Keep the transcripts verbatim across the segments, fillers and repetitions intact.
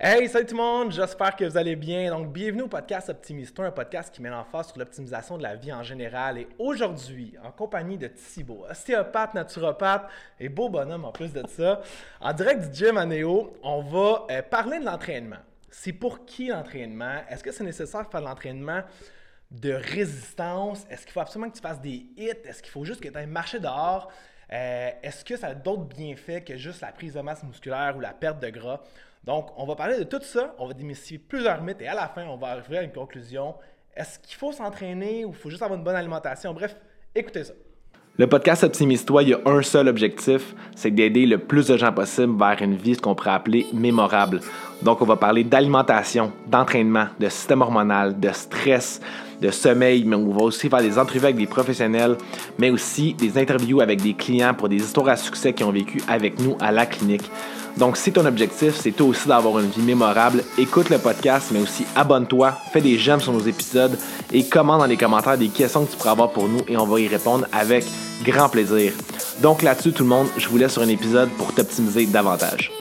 Hey, salut tout le monde, j'espère que vous allez bien. Donc, bienvenue au podcast Optimise-toi, un podcast qui met l'emphase sur l'optimisation de la vie en général. Et aujourd'hui, en compagnie de Thibaut, ostéopathe, naturopathe et beau bonhomme en plus de ça, en direct du gym à Néo, on va euh, parler de l'entraînement. C'est pour qui l'entraînement? Est-ce que c'est nécessaire de faire de l'entraînement de résistance? Est-ce qu'il faut absolument que tu fasses des hits? Est-ce qu'il faut juste que tu ailles marcher dehors? Euh, est-ce que ça a d'autres bienfaits que juste la prise de masse musculaire ou la perte de gras? Donc, on va parler de tout ça, on va démystifier plusieurs mythes et à la fin, on va arriver à une conclusion. Est-ce qu'il faut s'entraîner ou il faut juste avoir une bonne alimentation? Bref, écoutez ça. Le podcast Optimise-toi, il y a un seul objectif, c'est d'aider le plus de gens possible vers une vie, ce qu'on pourrait appeler mémorable. Donc, on va parler d'alimentation, d'entraînement, de système hormonal, de stress, de sommeil, mais on va aussi faire des entrevues avec des professionnels, mais aussi des interviews avec des clients pour des histoires à succès qui ont vécu avec nous à la clinique. Donc, si ton objectif, c'est toi aussi d'avoir une vie mémorable, écoute le podcast, mais aussi abonne-toi, fais des j'aime sur nos épisodes et commente dans les commentaires des questions que tu pourras avoir pour nous et on va y répondre avec grand plaisir. Donc là-dessus, tout le monde, je vous laisse sur un épisode pour t'optimiser davantage.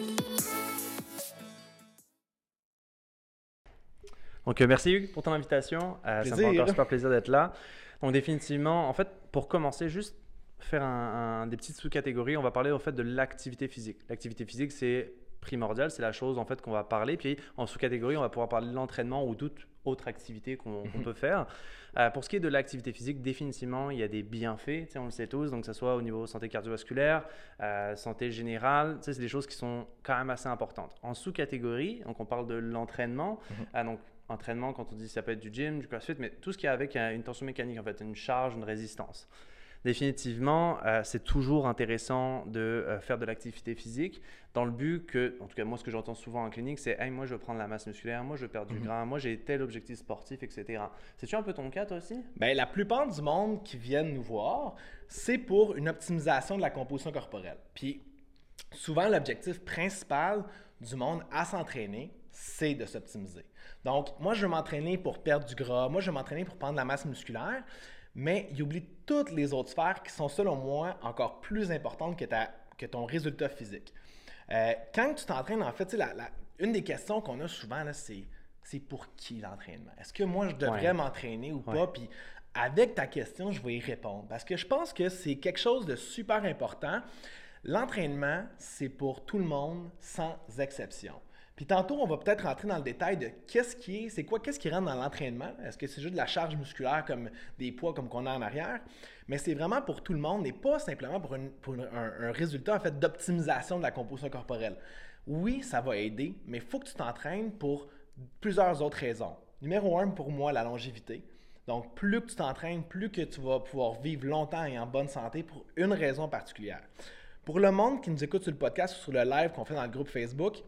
Donc, euh, merci Hugues pour ton invitation. Euh, ça me fait encore super plaisir d'être là. Donc, définitivement, en fait, pour commencer, juste faire un, un, des petites sous-catégories, on va parler au fait de l'activité physique. L'activité physique, c'est primordial, c'est la chose en fait qu'on va parler. Puis en sous-catégorie, on va pouvoir parler de l'entraînement ou toute autre activité qu'on, qu'on peut faire. Euh, pour ce qui est de l'activité physique, définitivement, il y a des bienfaits, on le sait tous, donc que ce soit au niveau santé cardiovasculaire, euh, santé générale, c'est des choses qui sont quand même assez importantes. En sous-catégorie, donc on parle de l'entraînement, mm-hmm. euh, donc entraînement, quand on dit ça peut être du gym, du crossfit, mais tout ce qui est avec une tension mécanique, en fait, une charge, une résistance. Définitivement, euh, c'est toujours intéressant de euh, faire de l'activité physique dans le but que, en tout cas moi ce que j'entends souvent en clinique, c'est hey, « moi je veux prendre la masse musculaire, moi je veux perdre mm-hmm. du gras, moi j'ai tel objectif sportif, et cetera » C'est-tu un peu ton cas toi aussi? Bien, la plupart du monde qui viennent nous voir, c'est pour une optimisation de la composition corporelle. Puis souvent l'objectif principal du monde à s'entraîner, c'est de s'optimiser. Donc moi je veux m'entraîner pour perdre du gras, moi je veux m'entraîner pour prendre la masse musculaire, mais il oublie toutes les autres sphères qui sont, selon moi, encore plus importantes que, ta, que ton résultat physique. Euh, quand tu t'entraînes, en fait, la, la, une des questions qu'on a souvent, là, c'est, c'est pour qui l'entraînement? Est-ce que moi, je devrais ouais. m'entraîner ou pas? Ouais. Puis avec ta question, je vais y répondre. Parce que je pense que c'est quelque chose de super important. L'entraînement, c'est pour tout le monde, sans exception. Puis tantôt, on va peut-être rentrer dans le détail de qu'est-ce qui est, c'est quoi, qu'est-ce qui rentre dans l'entraînement. Est-ce que c'est juste de la charge musculaire comme des poids comme qu'on a en arrière? Mais c'est vraiment pour tout le monde et pas simplement pour, une, pour une, un, un résultat en fait d'optimisation de la composition corporelle. Oui, ça va aider, mais il faut que tu t'entraînes pour plusieurs autres raisons. Numéro un, pour moi, la longévité. Donc, plus que tu t'entraînes, plus que tu vas pouvoir vivre longtemps et en bonne santé pour une raison particulière. Pour le monde qui nous écoute sur le podcast ou sur le live qu'on fait dans le groupe Facebook,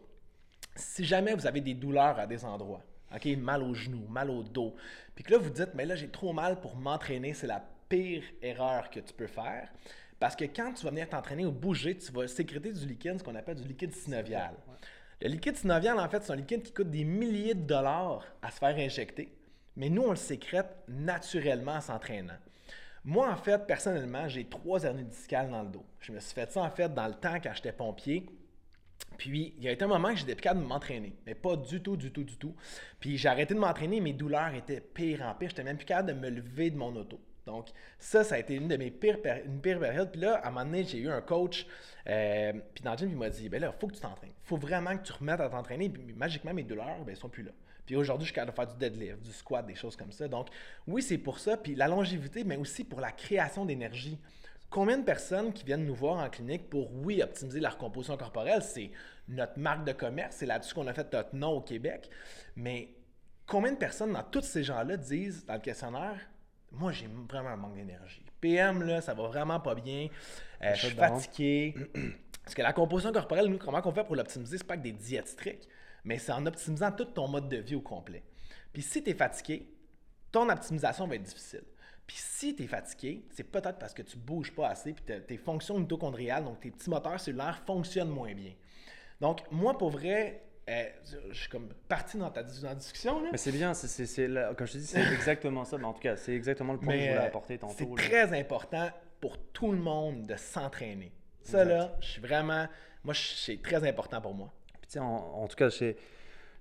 si jamais vous avez des douleurs à des endroits, ok, mal au genou, mal au dos, puis que là vous dites, mais là j'ai trop mal pour m'entraîner, c'est la pire erreur que tu peux faire. Parce que quand tu vas venir t'entraîner ou bouger, tu vas sécréter du liquide, ce qu'on appelle du liquide synovial. Le liquide synovial, en fait, c'est un liquide qui coûte des milliers de dollars à se faire injecter, mais nous, on le sécrète naturellement en s'entraînant. Moi, en fait, personnellement, j'ai trois hernies discales dans le dos. Je me suis fait ça, en fait, dans le temps quand j'étais pompier. Puis, il y a été un moment que j'étais plus capable de m'entraîner, mais pas du tout, du tout, du tout. Puis, j'ai arrêté de m'entraîner, mes douleurs étaient pire en pire. J'étais même plus capable de me lever de mon auto. Donc, ça, ça a été une de mes pires, une pire période. Puis là, à un moment donné, j'ai eu un coach, euh, puis dans le gym, il m'a dit, ben là, il faut que tu t'entraînes. Il faut vraiment que tu remettes à t'entraîner. Puis, magiquement, mes douleurs, ben, elles sont plus là. Puis aujourd'hui, je suis capable de faire du deadlift, du squat, des choses comme ça. Donc, oui, c'est pour ça. Puis la longévité, mais aussi pour la création d'énergie. Combien de personnes qui viennent nous voir en clinique pour, oui, optimiser leur composition corporelle, c'est notre marque de commerce, c'est là-dessus qu'on a fait notre nom au Québec. Mais combien de personnes dans tous ces gens-là disent dans le questionnaire, moi, j'ai vraiment un manque d'énergie. P M, là, ça va vraiment pas bien. Euh, je suis fatigué. Parce que la composition corporelle, nous, comment on fait pour l'optimiser, c'est pas avec des diètes strictes, mais c'est en optimisant tout ton mode de vie au complet. Puis si tu es fatigué, ton optimisation va être difficile. Puis si tu es fatigué, c'est peut-être parce que tu ne bouges pas assez, puis tes fonctions mitochondriales, donc tes petits moteurs cellulaires, fonctionnent moins bien. Donc, moi, pour vrai, euh, je suis comme parti dans ta dans la discussion. Là. Mais c'est bien, c'est, c'est, c'est, là, comme je te dis, c'est exactement ça. Mais en tout cas, c'est exactement le point Mais, que je voulais apporter tantôt. C'est là. très important pour tout le monde de s'entraîner. Ça, exact. Là, je suis vraiment... Moi, c'est très important pour moi. Puis tu sais, en, en tout cas, c'est...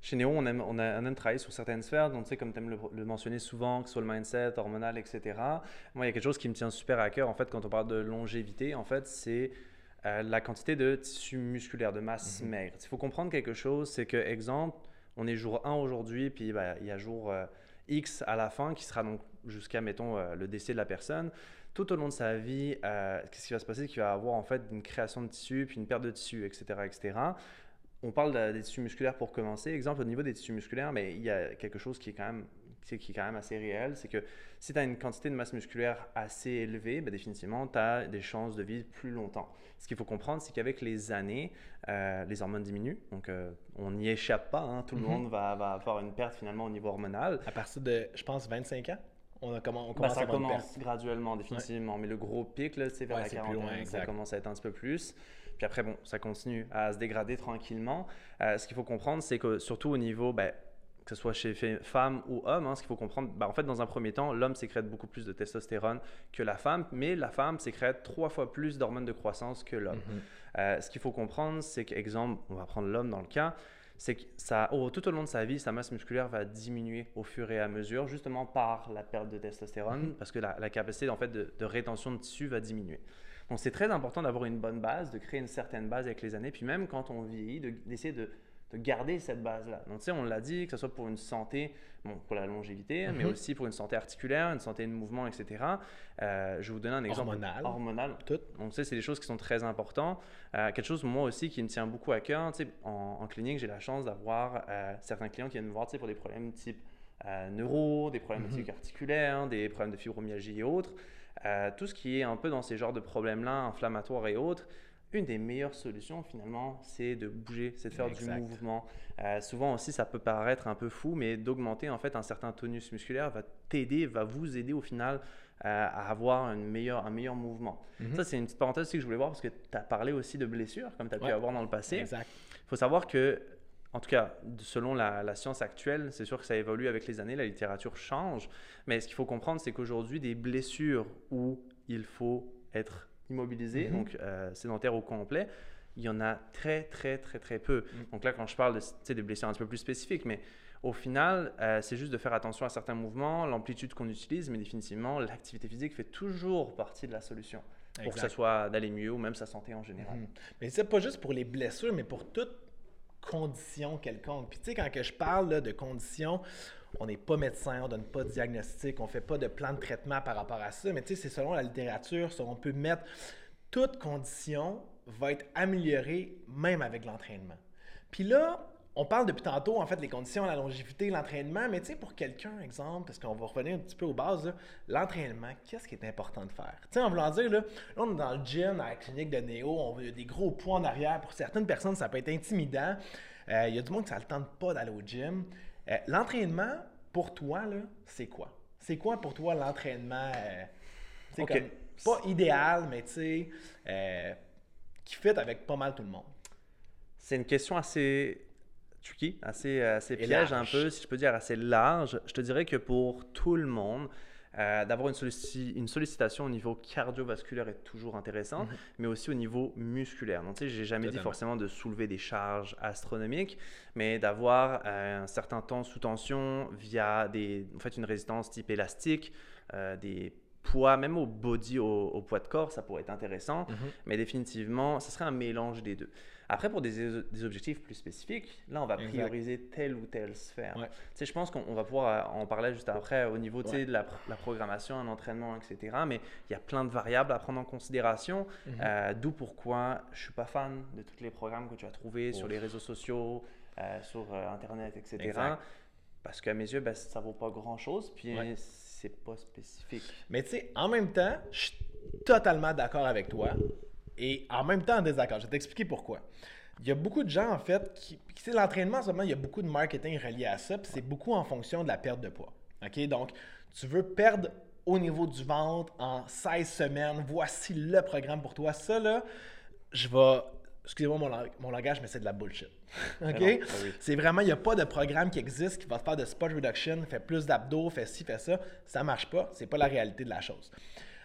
Chez Néo, on aime, on, a, on aime travailler sur certaines sphères, donc tu sais, comme tu aimes le, le mentionner souvent, que ce soit le mindset, hormonal, et cetera. Moi, il y a quelque chose qui me tient super à cœur, en fait, quand on parle de longévité, en fait, c'est euh, la quantité de tissu musculaire, de masse mm-hmm. maigre. Il faut comprendre quelque chose, c'est que, exemple, on est jour un aujourd'hui, puis ben, il y a jour euh, X à la fin, qui sera donc jusqu'à, mettons, euh, le décès de la personne. Tout au long de sa vie, euh, qu'est-ce qui va se passer? C'est qu'il va avoir en fait une création de tissu, puis une perte de tissu, et cetera, et cetera. On parle de, des tissus musculaires pour commencer. Exemple, au niveau des tissus musculaires, mais il y a quelque chose qui est quand même, qui est quand même assez réel, c'est que si tu as une quantité de masse musculaire assez élevée, ben définitivement, tu as des chances de vivre plus longtemps. Ce qu'il faut comprendre, c'est qu'avec les années, euh, les hormones diminuent. Donc, euh, on n'y échappe pas. Hein. Tout mm-hmm. le monde va, va avoir une perte finalement au niveau hormonal. À partir de, je pense, vingt-cinq ans? On, a, comment, on commence ben, ça à avoir commence une perte. graduellement, définitivement. Ouais. Mais le gros pic, là, c'est vers ouais, la quarantaine. Ça commence à être un petit peu plus. Puis après, bon, ça continue à se dégrader tranquillement. Euh, ce qu'il faut comprendre, c'est que surtout au niveau, ben, que ce soit chez femmes ou hommes, hein, ce qu'il faut comprendre, ben, en fait, dans un premier temps, l'homme sécrète beaucoup plus de testostérone que la femme, mais la femme sécrète trois fois plus d'hormones de croissance que l'homme. Mm-hmm. Euh, ce qu'il faut comprendre, c'est qu'exemple, on va prendre l'homme dans le cas, c'est que ça, oh, tout au long de sa vie, sa masse musculaire va diminuer au fur et à mesure, justement par la perte de testostérone, mm-hmm. parce que la, la capacité en fait, de, de rétention de tissu va diminuer. Donc, c'est très important d'avoir une bonne base, de créer une certaine base avec les années, puis même quand on vieillit, de, d'essayer de, de garder cette base-là. Donc, tu sais, on l'a dit, que ce soit pour une santé, bon, pour la longévité, mm-hmm. mais aussi pour une santé articulaire, une santé de mouvement, et cetera. Euh, je vais vous donner un exemple. Hormonal. Hormonal. Tout. Donc, tu sais, c'est des choses qui sont très importantes. Euh, quelque chose, moi aussi, qui me tient beaucoup à cœur. Tu sais, en, en clinique, j'ai la chance d'avoir euh, certains clients qui viennent me voir, tu sais, pour des problèmes type euh, neuro, des problèmes mm-hmm. articulaires, des problèmes de fibromyalgie et autres. Euh, tout ce qui est un peu dans ces genres de problèmes-là, inflammatoires et autres, une des meilleures solutions finalement, c'est de bouger, c'est de faire exact. Du mouvement. Euh, souvent aussi, ça peut paraître un peu fou, mais d'augmenter en fait un certain tonus musculaire va t'aider, va vous aider au final euh, à avoir une meilleure, un meilleur mouvement. Mm-hmm. Ça, c'est une petite parenthèse aussi que je voulais voir parce que tu as parlé aussi de blessures, comme tu as pu ouais. avoir dans le passé. Exact. Il faut savoir que en tout cas, selon la, la science actuelle, c'est sûr que ça évolue avec les années, la littérature change. Mais ce qu'il faut comprendre, c'est qu'aujourd'hui, des blessures où il faut être immobilisé, mm-hmm. donc euh, sédentaire au complet, il y en a très, très, très, très peu. Mm-hmm. Donc là, quand je parle de, des blessures un petit peu plus spécifiques, mais au final, euh, c'est juste de faire attention à certains mouvements, l'amplitude qu'on utilise, mais définitivement, l'activité physique fait toujours partie de la solution. Exact. Pour que ça soit d'aller mieux ou même sa santé en général. Mm-hmm. Mais c'est pas juste pour les blessures, mais pour toute conditions quelconques. Puis tu sais, quand que je parle là, de conditions, on n'est pas médecin, on ne donne pas de diagnostic, on ne fait pas de plan de traitement par rapport à ça, mais tu sais, c'est selon la littérature, on peut mettre toute condition va être améliorée même avec l'entraînement. Puis là, on parle depuis tantôt, en fait, les conditions, la longévité, l'entraînement, mais tu sais, pour quelqu'un, exemple, parce qu'on va revenir un petit peu aux bases, là, l'entraînement, qu'est-ce qui est important de faire? Tu sais, en voulant dire, là, là, on est dans le gym, à la clinique de Néo, on a des gros poids en arrière. Pour certaines personnes, ça peut être intimidant. Il euh, y a du monde qui ça ne le tente pas d'aller au gym. Euh, l'entraînement, pour toi, là, c'est quoi? C'est quoi pour toi l'entraînement? Euh, c'est okay. Comme, pas idéal, mais tu sais, euh, qui fit avec pas mal tout le monde. C'est une question assez tricky, assez, assez piège un peu, si je peux dire, assez large. Je te dirais que pour tout le monde, euh, d'avoir une, sollici- une sollicitation au niveau cardiovasculaire est toujours intéressant, mm-hmm. mais aussi au niveau musculaire. Donc, tu sais, j'ai jamais Totalement. dit forcément de soulever des charges astronomiques, mais d'avoir euh, un certain temps sous tension via des, en fait, une résistance type élastique, euh, des poids, même au body, au, au poids de corps, ça pourrait être intéressant, mm-hmm. mais définitivement, ce serait un mélange des deux. Après, pour des, des objectifs plus spécifiques, là, on va prioriser exact. Telle ou telle sphère. Ouais. Tu sais, je pense qu'on va pouvoir en parler juste après au niveau ouais. de la, la programmation, un entraînement, et cetera. Mais il y a plein de variables à prendre en considération, mm-hmm. euh, d'où pourquoi je ne suis pas fan de tous les programmes que tu as trouvés Ouf. sur les réseaux sociaux, euh, sur euh, Internet, et cetera. Exact. Parce qu'à mes yeux, ben, ça ne vaut pas grand-chose, puis ouais. c'est pas spécifique. Mais tu sais, en même temps, je suis totalement d'accord avec toi. Et en même temps en désaccord. Je vais t'expliquer pourquoi. Il y a beaucoup de gens, en fait, qui... Tu sais, l'entraînement, en ce moment, il y a beaucoup de marketing relié à ça, puis c'est beaucoup en fonction de la perte de poids. OK? Donc, tu veux perdre au niveau du ventre en seize semaines. Voici le programme pour toi. Ça, là, je vais... Excusez-moi mon, lang- mon langage, mais c'est de la bullshit. OK? Non, oui. C'est vraiment, il n'y a pas de programme qui existe qui va te faire de spot reduction, fait plus d'abdos, fait ci, fait ça. Ça ne marche pas. C'est pas la réalité de la chose.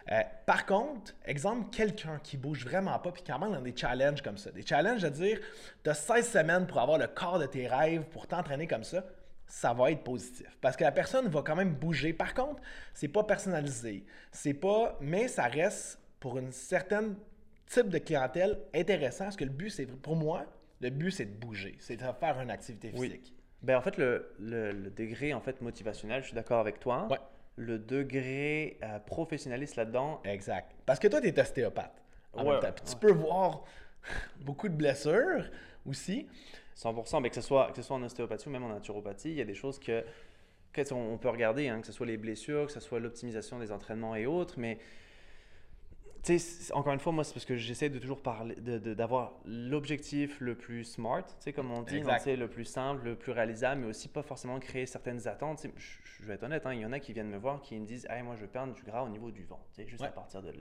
Euh, par contre, exemple, quelqu'un qui bouge vraiment pas puis qui embarque dans des challenges comme ça. Des challenges de dire, tu as seize semaines pour avoir le corps de tes rêves, pour t'entraîner comme ça, ça va être positif. Parce que la personne va quand même bouger. Par contre, c'est pas personnalisé. C'est pas, mais ça reste pour une certaine type de clientèle intéressant. Parce que le but, c'est pour moi, le but, c'est de bouger. C'est de faire une activité physique. Oui. Ben, en fait, le, le, le degré en fait, motivationnel, je suis d'accord avec toi. Ouais. Le degré euh, professionnaliste là-dedans. Exact. Parce que toi, tu es ostéopathe. En Ouais, même temps. Puis tu ouais. peux voir beaucoup de blessures aussi. cent pour cent, mais que ce soit, que ce soit en ostéopathie ou même en naturopathie, il y a des choses que, que on, on peut regarder, hein, que ce soit les blessures, que ce soit l'optimisation des entraînements et autres, mais tu sais, encore une fois, moi, c'est parce que j'essaie de toujours parler, de, de, d'avoir l'objectif le plus smart, tu sais, comme on dit, donc, le plus simple, le plus réalisable, mais aussi pas forcément créer certaines attentes. Tu sais, je, je vais être honnête, hein, il y en a qui viennent me voir, qui me disent hey, « moi, je veux perdre du gras au niveau du ventre, tu sais, juste ouais. à partir de là. »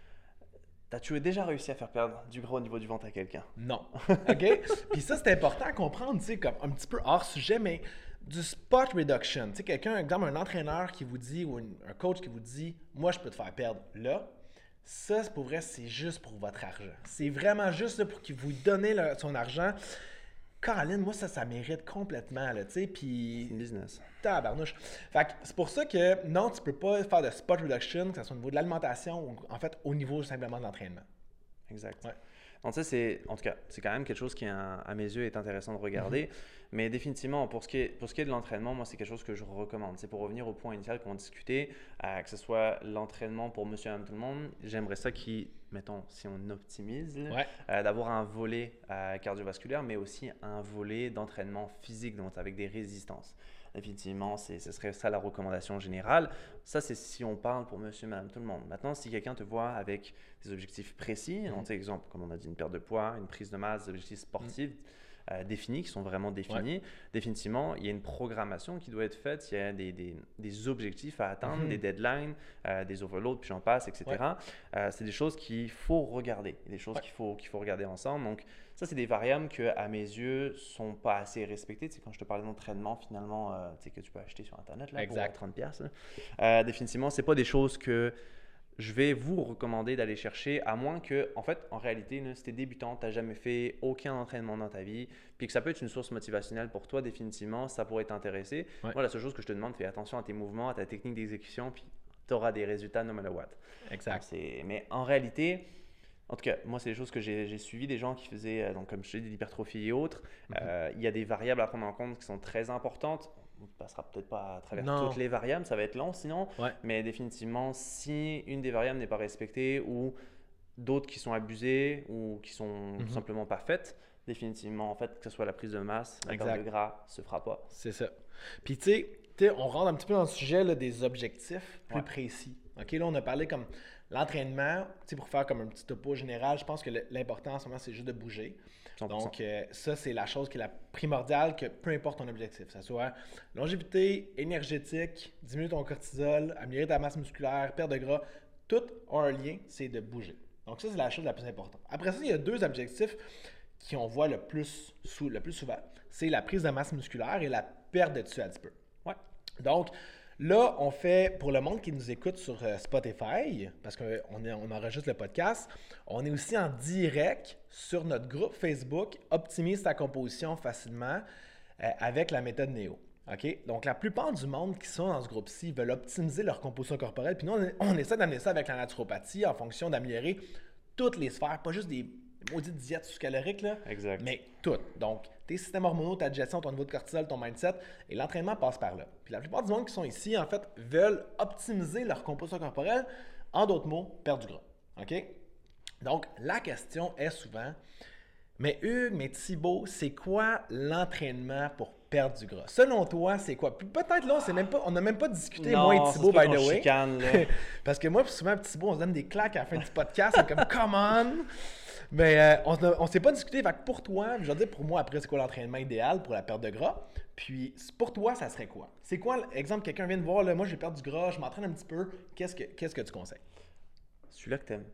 T'as-tu déjà réussi à faire perdre du gras au niveau du ventre à quelqu'un? Non. OK? Puis ça, c'est important à comprendre, tu sais, comme un petit peu hors sujet, mais du spot reduction. Tu sais, quelqu'un, exemple, un entraîneur qui vous dit, ou une, un coach qui vous dit, moi, je peux te faire perdre là. Ça, pour vrai, c'est juste pour votre argent. C'est vraiment juste là, pour qu'il vous donne le, son argent. Caroline, moi, ça, ça mérite complètement, là, tu sais, puis... C'est une business. Tabarnouche. Fait que c'est pour ça que, non, tu peux pas faire de spot reduction, que ce soit au niveau de l'alimentation ou, en fait, au niveau simplement de l'entraînement. Exact. Ouais. Donc ça, c'est, en tout cas, c'est quand même quelque chose qui, à mes yeux, est intéressant de regarder. Mm-hmm. Mais définitivement, pour ce, qui est, pour ce qui est de l'entraînement, moi, c'est quelque chose que je recommande. C'est pour revenir au point initial qu'on discutait, euh, que ce soit l'entraînement pour monsieur et madame tout le monde. J'aimerais ça qui, mettons, si on optimise, là, ouais. euh, d'avoir un volet euh, cardiovasculaire, mais aussi un volet d'entraînement physique, donc avec des résistances. Définitivement, c'est, ce serait ça la recommandation générale. Ça, c'est si on parle pour monsieur, madame, tout le monde. Maintenant, si quelqu'un te voit avec des objectifs précis, mm-hmm. donc, exemple, comme on a dit, une perte de poids, une prise de masse, des objectifs sportifs mm-hmm. euh, définis, qui sont vraiment définis, ouais. définitivement, il y a une programmation qui doit être faite, il y a des, des, des objectifs à atteindre, mm-hmm. des deadlines, euh, des overloads, puis j'en passe, et cetera. Ouais. Euh, c'est des choses qu'il faut regarder, des choses ouais. qu'il faut, qu'il faut regarder ensemble. Donc, ça, c'est des variables qui, à mes yeux, ne sont pas assez respectées. Tu sais, quand je te parlais d'entraînement, finalement, euh, tu sais, que tu peux acheter sur Internet là, pour trente dollars. Euh, définitivement, ce n'est pas des choses que je vais vous recommander d'aller chercher, à moins que, en fait, en réalité, là, si tu es débutant, tu n'as jamais fait aucun entraînement dans ta vie, puis que ça peut être une source motivationnelle pour toi, définitivement, ça pourrait t'intéresser. Ouais. Moi, la seule chose que je te demande, fais attention à tes mouvements, à ta technique d'exécution, puis tu auras des résultats no matter what. Exact. C'est... Mais en réalité... En tout cas, moi, c'est des choses que j'ai, j'ai suivies, des gens qui faisaient, euh, donc, comme je te dis, de l'hypertrophie et autres. Mm-hmm. Euh, il y a des variables à prendre en compte qui sont très importantes. On ne passera peut-être pas à travers non. toutes les variables, ça va être long sinon. Ouais. Mais définitivement, si une des variables n'est pas respectée ou d'autres qui sont abusées ou qui sont mm-hmm. tout simplement pas faites, définitivement, en fait, que ce soit la prise de masse, la perte de gras, ne se fera pas. C'est ça. Puis tu sais, on rentre un petit peu dans le sujet là, des objectifs plus ouais. précis. OK, là, on a parlé comme l'entraînement, pour faire comme un petit topo général, je pense que le, l'important en ce moment, c'est juste de bouger. cent pour cent. Donc, euh, ça, c'est la chose qui est la primordiale, que peu importe ton objectif, que ce soit longévité, énergétique, diminuer ton cortisol, améliorer ta masse musculaire, perte de gras, tout a un lien, c'est de bouger. Donc, ça, c'est la chose la plus importante. Après ça, il y a deux objectifs qu'on voit le plus, sous, le plus souvent. C'est la prise de masse musculaire et la perte de tissu adipeux. Ouais. Donc, là, on fait, pour le monde qui nous écoute sur Spotify, parce qu'on on enregistre le podcast, on est aussi en direct sur notre groupe Facebook « Optimise ta composition facilement euh, » avec la méthode Néo. Okay? Donc, la plupart du monde qui sont dans ce groupe-ci veulent optimiser leur composition corporelle. Puis nous, on, on essaie d'amener ça avec la naturopathie en fonction d'améliorer toutes les sphères, pas juste des maudites diètes sous-caloriques, là, exact. mais toutes. Donc, tes systèmes hormonaux, ta digestion, ton niveau de cortisol, ton mindset, et l'entraînement passe par là. Puis la plupart du monde qui sont ici, en fait, veulent optimiser leur composition corporelle, en d'autres mots, perdre du gras. OK? Donc, la question est souvent, mais Hugues, mais Thibaut, c'est quoi l'entraînement pour perdre du gras? Selon toi, c'est quoi? Puis peut-être là, c'est même pas, on n'a même pas discuté, non, moi et Thibaut, by the way. Chicane, parce que moi, souvent, Thibaut, on se donne des claques à la fin du podcast, c'est comme, come on! Mais euh, on ne s'est pas discuté. Fait que pour toi, je veux dire pour moi, après, c'est quoi l'entraînement idéal pour la perte de gras? Puis pour toi, ça serait quoi? C'est quoi, exemple, quelqu'un vient de voir, là, moi, je vais perdre du gras, je m'entraîne un petit peu. Qu'est-ce que, qu'est-ce que tu conseilles? Celui-là que t'aimes.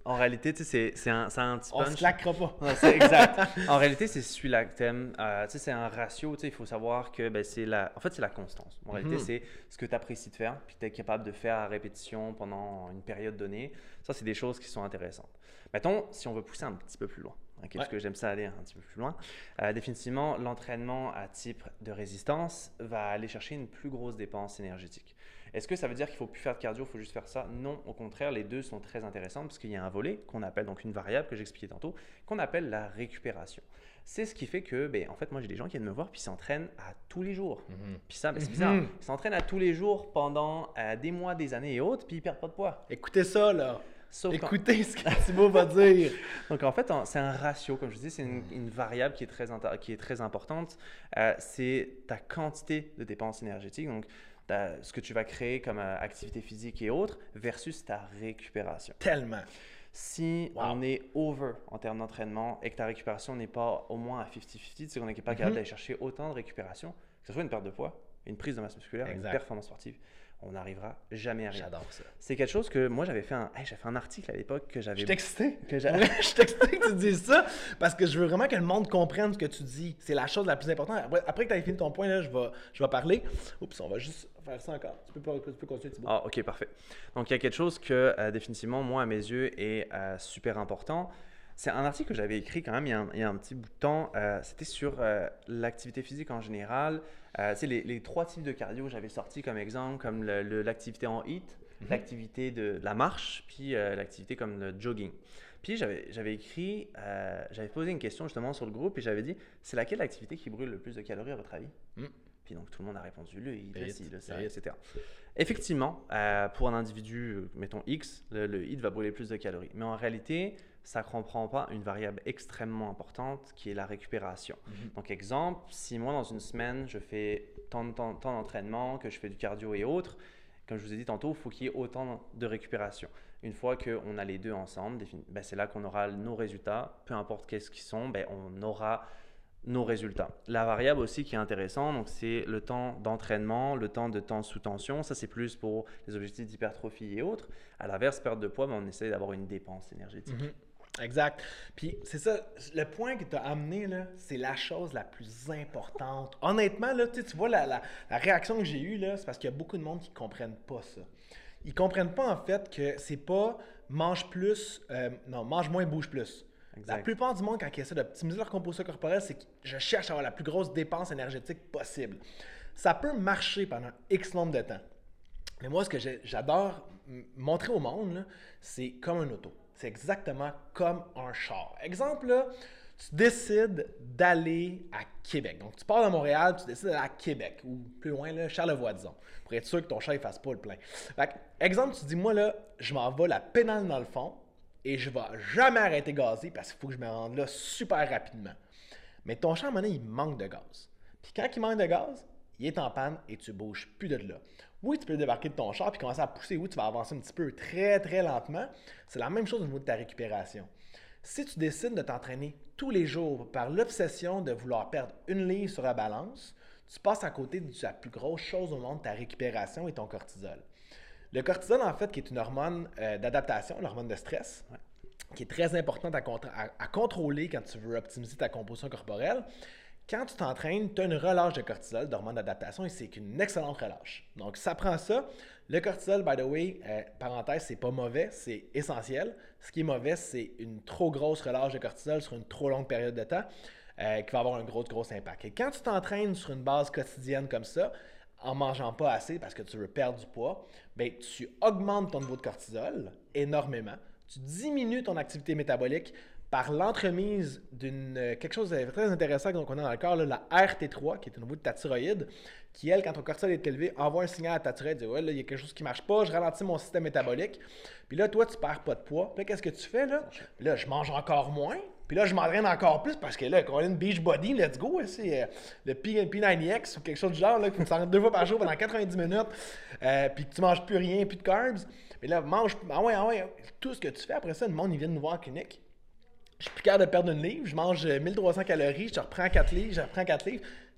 En réalité, tu sais, c'est un, un petit punch. On se claquera pas. Non, c'est exact. En réalité, c'est celui-là que t'aimes. Euh, tu sais, c'est un ratio. Tu sais, il faut savoir que ben, c'est la. En fait, c'est la constance. En réalité, Mm-hmm. c'est ce que tu apprécies de faire, puis tu es capable de faire à répétition pendant une période donnée. Ça, c'est des choses qui sont intéressantes. Mettons, si on veut pousser un petit peu plus loin, okay, Ouais. parce que j'aime ça aller un petit peu plus loin. Euh, définitivement, l'entraînement à type de résistance va aller chercher une plus grosse dépense énergétique. Est-ce que ça veut dire qu'il ne faut plus faire de cardio, il faut juste faire ça? Non, au contraire, les deux sont très intéressants parce qu'il y a un volet qu'on appelle, donc une variable que j'expliquais tantôt, qu'on appelle la récupération. C'est ce qui fait que, ben, en fait, moi j'ai des gens qui viennent me voir puis ils s'entraînent à tous les jours. Mm-hmm. Puis ça, ben, c'est bizarre, mm-hmm. Ils s'entraînent à tous les jours pendant euh, des mois, des années et autres, puis ils ne perdent pas de poids. Écoutez ça, là. Sauf Écoutez quand... ce que Thibaut va dire. Donc en fait, c'est un ratio, comme je dis, c'est une, une variable qui est très, qui est très importante. Euh, c'est ta quantité de dépenses énergétiques. Donc, ce que tu vas créer comme euh, activité physique et autres versus ta récupération. Tellement. Si wow. on est over en termes d'entraînement et que ta récupération n'est pas au moins à cinquante cinquante, c'est qu'on n'est pas capable mm-hmm. d'aller chercher autant de récupération, que ce soit une perte de poids, une prise de masse musculaire, exact. Une performance sportive, on n'arrivera jamais à rien. J'adore ça. C'est quelque chose que moi j'avais fait un, hey, j'avais fait un article à l'époque que j'avais. Je suis excité. Que je suis excité que tu dises ça parce que je veux vraiment que le monde comprenne ce que tu dis. C'est la chose la plus importante. Après, après que tu aies fini ton point, là, je vais, je vais parler. Oups, on va juste faire ça encore. Tu peux, pas, tu peux continuer, Thibaut. Ah, ok, parfait. Donc il y a quelque chose que euh, définitivement, moi à mes yeux, est euh, super important. C'est un article que j'avais écrit quand même il y a un, il y a un petit bout de temps. Euh, c'était sur euh, l'activité physique en général. Euh, les, les trois types de cardio que j'avais sortis comme exemple, comme le, le, l'activité en hit, mm-hmm. l'activité de, de la marche, puis euh, l'activité comme le jogging. Puis j'avais, j'avais écrit, euh, j'avais posé une question justement sur le groupe et j'avais dit, c'est laquelle l'activité qui brûle le plus de calories à votre avis? Mm. Puis donc tout le monde a répondu le hit, le ci, le ça, et cetera. Effectivement, euh, pour un individu, mettons X, le, le hit va brûler plus de calories. Mais en réalité, ça ne comprend pas une variable extrêmement importante qui est la récupération. Mm-hmm. Donc exemple, si moi dans une semaine, je fais tant, tant, tant d'entraînement, que je fais du cardio et autres, comme je vous ai dit tantôt, il faut qu'il y ait autant de récupération. Une fois qu'on a les deux ensemble, ben c'est là qu'on aura nos résultats. Peu importe qu'est-ce qu'ils sont, ben on aura nos résultats. La variable aussi qui est intéressante, donc c'est le temps d'entraînement, le temps de temps sous tension. Ça, c'est plus pour les objectifs d'hypertrophie et autres. À l'inverse, perte de poids, ben, on essaie d'avoir une dépense énergétique. Mm-hmm. Exact. Puis c'est ça, le point que tu as amené, là, c'est la chose la plus importante. Honnêtement, là, tu vois, la, la, la réaction que j'ai eue, là, c'est parce qu'il y a beaucoup de monde qui ne comprennent pas ça. Ils ne comprennent pas en fait que c'est pas mange plus, euh, non, mange moins, bouge plus. Exact. La plupart du monde, quand ils essaient d'optimiser leur composition corporelle, c'est que je cherche à avoir la plus grosse dépense énergétique possible. Ça peut marcher pendant X nombre de temps. Mais moi, ce que j'adore montrer au monde, là, c'est comme un auto. C'est exactement comme un char. Exemple, là, tu décides d'aller à Québec. Donc, tu pars de Montréal, tu décides d'aller à Québec, ou plus loin, là, Charlevoix, disons, pour être sûr que ton char ne fasse pas le plein. Fait que, exemple, tu dis, moi, là, je m'en vais la pédale dans le fond, et je ne vais jamais arrêter de gazer parce qu'il faut que je me rende là super rapidement. Mais ton char, à un moment donné, il manque de gaz. Puis quand il manque de gaz, il est en panne et tu ne bouges plus de là. Oui, tu peux débarquer de ton char puis commencer à pousser. Oui, tu vas avancer un petit peu très, très lentement. C'est la même chose au niveau de ta récupération. Si tu décides de t'entraîner tous les jours par l'obsession de vouloir perdre une livre sur la balance, tu passes à côté de la plus grosse chose au monde, ta récupération et ton cortisol. Le cortisol, en fait, qui est une hormone euh, d'adaptation, l'hormone de stress, ouais. qui est très importante à, à, à contrôler quand tu veux optimiser ta composition corporelle. Quand tu t'entraînes, tu as une relâche de cortisol, d'hormone d'adaptation, et c'est une excellente relâche. Donc, ça prend ça. Le cortisol, by the way, euh, parenthèse, c'est pas mauvais, c'est essentiel. Ce qui est mauvais, c'est une trop grosse relâche de cortisol sur une trop longue période de temps euh, qui va avoir un gros, gros impact. Et quand tu t'entraînes sur une base quotidienne comme ça, en mangeant pas assez parce que tu veux perdre du poids, bien, tu augmentes ton niveau de cortisol énormément. Tu diminues ton activité métabolique par l'entremise d'une quelque chose de très intéressant qu'on a dans le corps, là, la R T trois, qui est au niveau de ta thyroïde, qui, elle, quand ton cortisol est élevé, envoie un signal à ta thyroïde, dit « Ouais, là, il y a quelque chose qui ne marche pas, je ralentis mon système métabolique. » Puis là, toi, tu perds pas de poids. Puis là, qu'est-ce que tu fais, là? Puis là, je mange encore moins. Puis là, je m'entraîne encore plus parce que là, quand on a une beach body, let's go, c'est euh, le P neuf X ou quelque chose du genre, là, que tu s'entraînes deux fois par jour pendant quatre-vingt-dix minutes, euh, puis que tu manges plus rien, plus de carbs. Mais là, mange, ah ouais, ah ouais, tout ce que tu fais, après ça, le monde, ils viennent nous voir en clinique. Je suis plus capable de perdre une livre, je mange mille trois cents calories, je reprends quatre livres, je reprends quatre livres.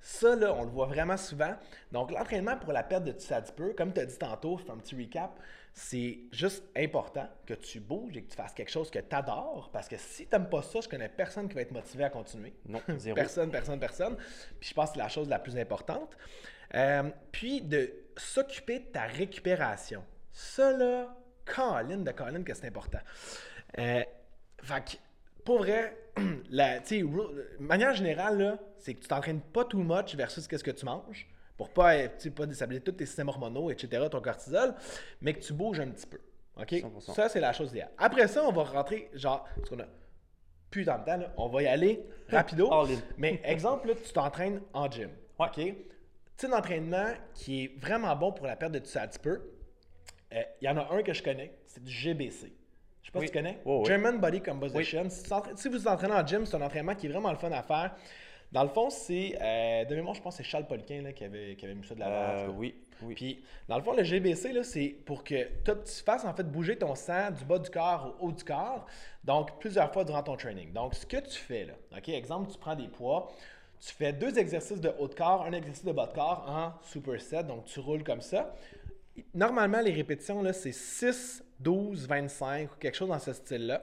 Ça, là, on le voit vraiment souvent. Donc, l'entraînement pour la perte de tissu adipeux, comme tu as dit tantôt, je fais un petit recap, c'est juste important que tu bouges et que tu fasses quelque chose que tu adores. Parce que si tu n'aimes pas ça, je connais personne qui va être motivé à continuer. Non, zéro. Personne, personne, personne. Puis je pense que c'est la chose la plus importante. Euh, puis de s'occuper de ta récupération. Ça, là, Colin de Colin, que c'est important. Euh, fait que, pour vrai, la, de manière générale, là, c'est que tu t'entraînes pas too much versus qu'est-ce que tu manges pour pas, pas déstabiliser tous tes systèmes hormonaux, et cetera, ton cortisol, mais que tu bouges un petit peu. OK? cent pour cent. Ça, c'est la chose idéale. Après ça, on va rentrer, genre, parce qu'on a plus dans le temps, là, on va y aller rapido. Mais exemple, là, tu t'entraînes en gym. Ouais. OK? Type d'entraînement qui est vraiment bon pour la perte de tissu adipeux. Il euh, y en a un que je connais, c'est du G B C. Je sais pas oui. si tu connais. Oh, oui. German Body Composition. Oui. Si vous vous entraînez en gym, c'est un entraînement qui est vraiment le fun à faire. Dans le fond, c'est, euh, de mémoire, je pense que c'est Charles Poliquin là, qui, avait, qui avait mis ça de la euh, oui, oui. Puis, dans le fond, le G B C, là, c'est pour que tu fasses en fait bouger ton sang du bas du corps au haut du corps, donc plusieurs fois durant ton training. Donc, ce que tu fais là, OK, exemple, tu prends des poids, tu fais deux exercices de haut de corps, un exercice de bas de corps en superset, donc tu roules comme ça. Normalement, les répétitions, là, c'est six, douze, vingt-cinq ou quelque chose dans ce style-là.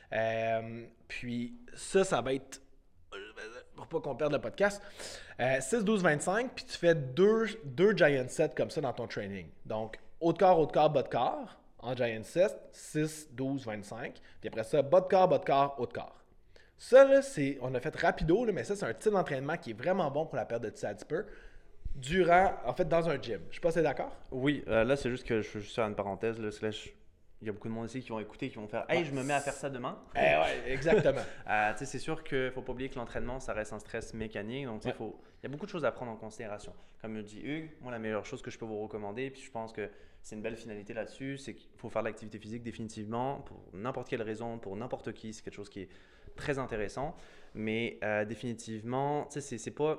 Euh, puis ça, ça va être, pour pas qu'on perde le podcast, euh, six, douze, vingt-cinq, puis tu fais deux, deux giant sets comme ça dans ton training. Donc, haut de corps, haut de corps, bas de corps, en giant set, six, douze, vingt-cinq. Puis après ça, bas de corps, bas de corps, haut de corps. Ça, là, c'est, on a fait rapido, là, mais ça, c'est un type d'entraînement qui est vraiment bon pour la perte de tissu adipeux. Durant, en fait, dans un gym. Je sais pas si t'es d'accord? Oui, euh, là, c'est juste que je veux juste faire une parenthèse. Là, slash, il y a beaucoup de monde ici qui vont écouter, qui vont faire « Hey, je me mets à faire ça demain. » Eh ouais, exactement. euh, c'est sûr qu'il ne faut pas oublier que l'entraînement, ça reste un stress mécanique. Donc, il ouais. y a beaucoup de choses à prendre en considération. Comme me dit Hugues, moi, la meilleure chose que je peux vous recommander, puis je pense que c'est une belle finalité là-dessus, c'est qu'il faut faire de l'activité physique définitivement, pour n'importe quelle raison, pour n'importe qui. C'est quelque chose qui est très intéressant. Mais euh, définitivement, tu sais, c'est pas...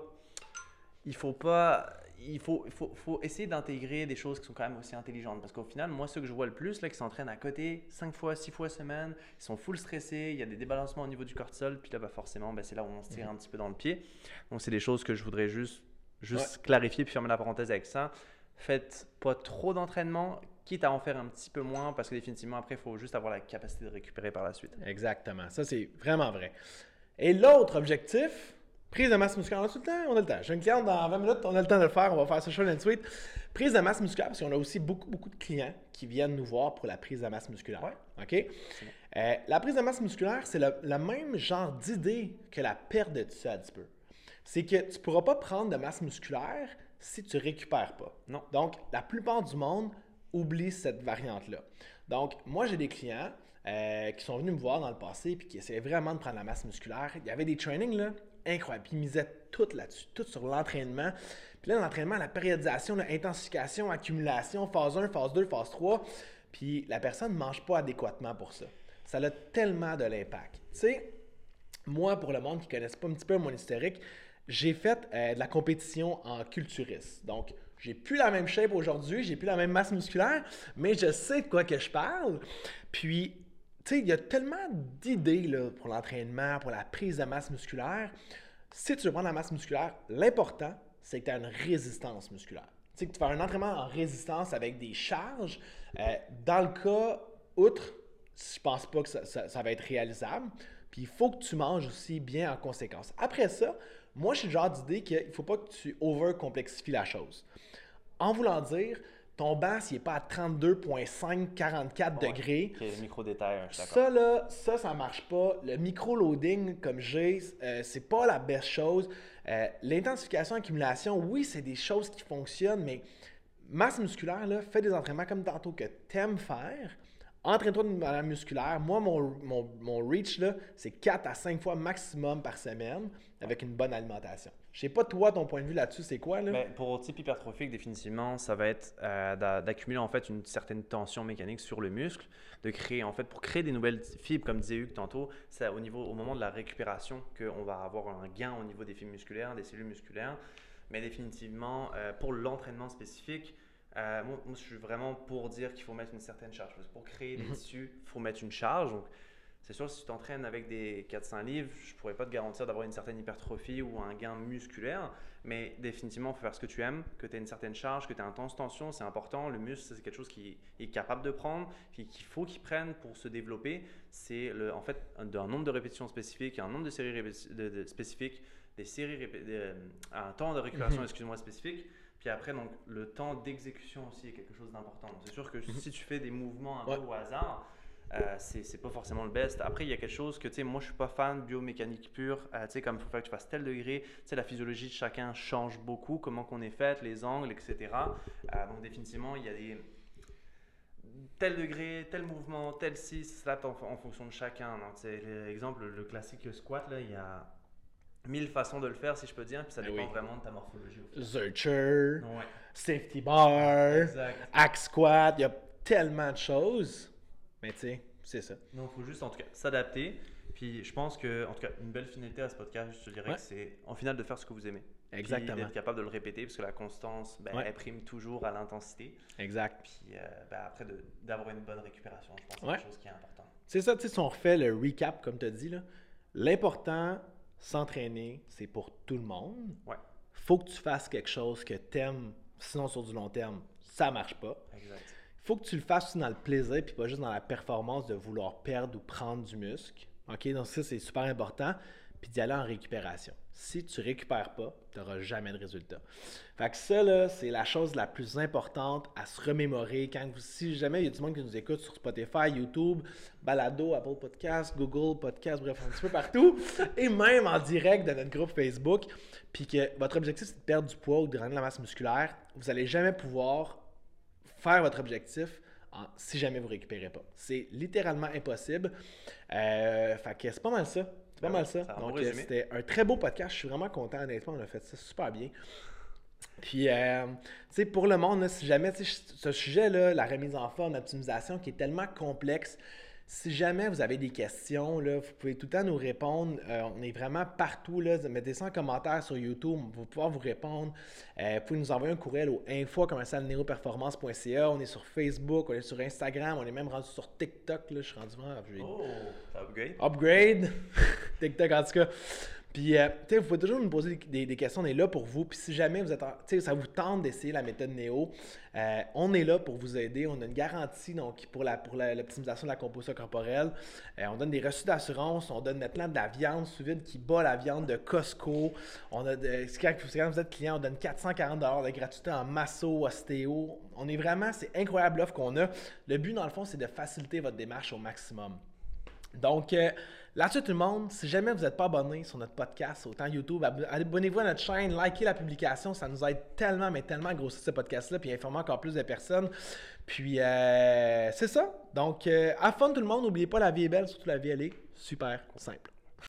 Il faut pas, il faut, il faut, faut essayer d'intégrer des choses qui sont quand même aussi intelligentes. Parce qu'au final, moi, ceux que je vois le plus, là, qui s'entraînent à côté, cinq fois, six fois semaine, ils sont full stressés, il y a des débalancements au niveau du cortisol, puis là, bah, forcément, bah, c'est là où on se tire un petit peu dans le pied. Donc, c'est des choses que je voudrais juste, juste ouais. clarifier, puis fermer la parenthèse avec ça. Faites pas trop d'entraînement, quitte à en faire un petit peu moins, parce que définitivement, après, il faut juste avoir la capacité de récupérer par la suite. Exactement. Ça, c'est vraiment vrai. Et l'autre objectif... Prise de masse musculaire, on a tout le temps, on a le temps. J'ai une cliente dans vingt minutes, on a le temps de le faire, on va faire ça short and sweet. Prise de masse musculaire, parce qu'on a aussi beaucoup, beaucoup de clients qui viennent nous voir pour la prise de masse musculaire. Ouais. OK? Euh, la prise de masse musculaire, c'est le, le même genre d'idée que la perte de tissu adipeux. C'est que tu ne pourras pas prendre de masse musculaire si tu ne récupères pas. Non. Donc, la plupart du monde oublie cette variante-là. Donc, moi, j'ai des clients euh, qui sont venus me voir dans le passé et qui essayaient vraiment de prendre la masse musculaire. Il y avait des trainings, là, incroyable. Puis ils misaient tout là-dessus, tout sur l'entraînement. Puis là, l'entraînement, la périodisation, l'intensification, accumulation, phase un, phase deux, phase trois. Puis la personne ne mange pas adéquatement pour ça. Ça a tellement de l'impact. Tu sais, moi, pour le monde qui ne connaisse pas un petit peu mon historique, j'ai fait euh, de la compétition en culturiste. Donc, j'ai plus la même shape aujourd'hui, j'ai plus la même masse musculaire, mais je sais de quoi que je parle. Puis, tu sais, il y a tellement d'idées là, pour l'entraînement, pour la prise de masse musculaire. Si tu veux prendre la masse musculaire, l'important, c'est que tu as une résistance musculaire. Tu sais, que tu fais un entraînement en résistance avec des charges. Euh, dans le cas, outre, je pense pas que ça, ça, ça va être réalisable. Puis, il faut que tu manges aussi bien en conséquence. Après ça, moi, je suis le genre d'idée qu'il ne faut pas que tu over-complexifies la chose. En voulant dire... Ton banc, s'il n'est pas à trente-deux virgule cinq quarante-quatre ouais, degrés. Okay, le micro-détail, je suis d'accord. Ça, là, ça, ça ne marche pas. Le micro-loading, comme j'ai, euh, c'est pas la best chose. Euh, l'intensification, accumulation, oui, c'est des choses qui fonctionnent, mais masse musculaire, là, fais des entraînements comme tantôt que tu aimes faire. Entraîne-toi de manière musculaire. Moi, mon, mon, mon reach, là, c'est quatre à cinq fois maximum par semaine avec une bonne alimentation. Je sais pas, toi, ton point de vue là-dessus, c'est quoi? Là? Ben, pour type hypertrophique, définitivement, ça va être euh, d'accumuler en fait une certaine tension mécanique sur le muscle, de créer en fait, pour créer des nouvelles fibres, comme disait Hugues tantôt, c'est au, niveau, au moment de la récupération qu'on va avoir un gain au niveau des fibres musculaires, des cellules musculaires. Mais définitivement, euh, pour l'entraînement spécifique, Euh, moi, moi, je suis vraiment pour dire qu'il faut mettre une certaine charge. Parce que pour créer des mm-hmm. tissus, il faut mettre une charge. Donc, C'est sûr, si tu t'entraînes avec des quatre cents livres, je ne pourrais pas te garantir d'avoir une certaine hypertrophie ou un gain musculaire, mais définitivement, il faut faire ce que tu aimes, que tu aies une certaine charge, que tu aies une intense tension, c'est important. Le muscle, c'est quelque chose qui est capable de prendre, puis qu'il faut qu'il prenne pour se développer. C'est le, en fait un, un nombre de répétitions spécifiques, un nombre de séries répé- de, de, spécifiques, des séries répé- de, un temps de récupération, mm-hmm. excuse-moi, spécifique. Puis après, donc, le temps d'exécution aussi est quelque chose d'important. Donc, c'est sûr que mm-hmm. si tu fais des mouvements un ouais. peu au hasard, Euh, c'est, c'est pas forcément le best. Après, il y a quelque chose que, tu sais, moi, je suis pas fan de biomécanique pure. Euh, tu sais, comme il faut faire que tu fasses tel degré. Tu sais, la physiologie de chacun change beaucoup, comment qu'on est fait, les angles, et cetera. Euh, donc, définitivement, il y a des tel degré, tel mouvement, tel ci, ça s'adapte en, en fonction de chacun. Donc, c'est l'exemple, le classique le squat, là, il y a mille façons de le faire, si je peux dire, puis ça dépend oui. vraiment de ta morphologie. Zercher, ouais. safety bar, exact. hack squat, il y a tellement de choses. Mais tu sais, c'est ça. Non, il faut juste en tout cas s'adapter. Puis je pense que, en tout cas, une belle finalité à ce podcast, je te dirais ouais. que c'est en final de faire ce que vous aimez. Exactement. Puis d'être capable de le répéter parce que la constance, ben, ouais. elle prime toujours à l'intensité. Exact. Puis euh, ben, après, de, d'avoir une bonne récupération, je pense que c'est ouais. quelque chose qui est important. C'est ça, tu sais, si on refait le recap, comme tu as dit, là, l'important, s'entraîner, c'est pour tout le monde. Ouais. Faut que tu fasses quelque chose que tu aimes, sinon sur du long terme, ça marche pas. Exact. Il faut que tu le fasses aussi dans le plaisir puis pas juste dans la performance de vouloir perdre ou prendre du muscle. OK? Donc ça, c'est super important. Puis d'y aller en récupération. Si tu ne récupères pas, tu n'auras jamais de résultat. Fait que ça, là, c'est la chose la plus importante à se remémorer. Quand vous, si jamais il y a du monde qui nous écoute sur Spotify, YouTube, Balado, Apple Podcasts, Google Podcasts, bref, un petit peu partout, et même en direct de notre groupe Facebook, puis que votre objectif, c'est de perdre du poids ou de rendre la masse musculaire, vous n'allez jamais pouvoir faire votre objectif en, si jamais vous ne récupérez pas. C'est littéralement impossible. Euh, fait que c'est pas mal ça. C'est pas ah mal oui, ça. ça Donc, euh, c'était un très beau podcast. Je suis vraiment content, honnêtement. On a fait ça super bien. Puis, euh, tu sais, pour le monde, là, si jamais, tu sais, ce sujet-là, la remise en forme, l'optimisation, qui est tellement complexe, si jamais vous avez des questions, là, vous pouvez tout le temps nous répondre. Euh, on est vraiment partout. Là. Mettez ça en commentaire sur YouTube. On va pouvoir vous répondre. Euh, vous pouvez nous envoyer un courriel au info arobase neuroperformance point c a. On est sur Facebook, on est sur Instagram, on est même rendu sur TikTok. Là. Je suis rendu vraiment... Oh, upgrade. Upgrade. TikTok, en tout cas. Puis, euh, tu sais, vous pouvez toujours nous poser des, des, des questions. On est là pour vous. Puis, si jamais vous êtes, tu sais, ça vous tente d'essayer la méthode Néo, euh, on est là pour vous aider. On a une garantie donc pour la pour la, l'optimisation de la composition corporelle. Euh, on donne des reçus d'assurance. On donne maintenant de la viande sous vide qui bat la viande de Costco. On a de, quand, quand vous êtes client, on donne quatre cent quarante dollars de gratuité en masso, ostéo. On est vraiment, c'est incroyable l'offre qu'on a. Le but, dans le fond, c'est de faciliter votre démarche au maximum. Donc, euh, là-dessus tout le monde, si jamais vous n'êtes pas abonné sur notre podcast, autant YouTube, abonnez-vous à notre chaîne, likez la publication, ça nous aide tellement, mais tellement à grossir ce podcast-là, puis informer encore plus de personnes. Puis, euh, c'est ça. Donc, euh, à fond tout le monde, n'oubliez pas, la vie est belle, surtout la vie, elle est super simple.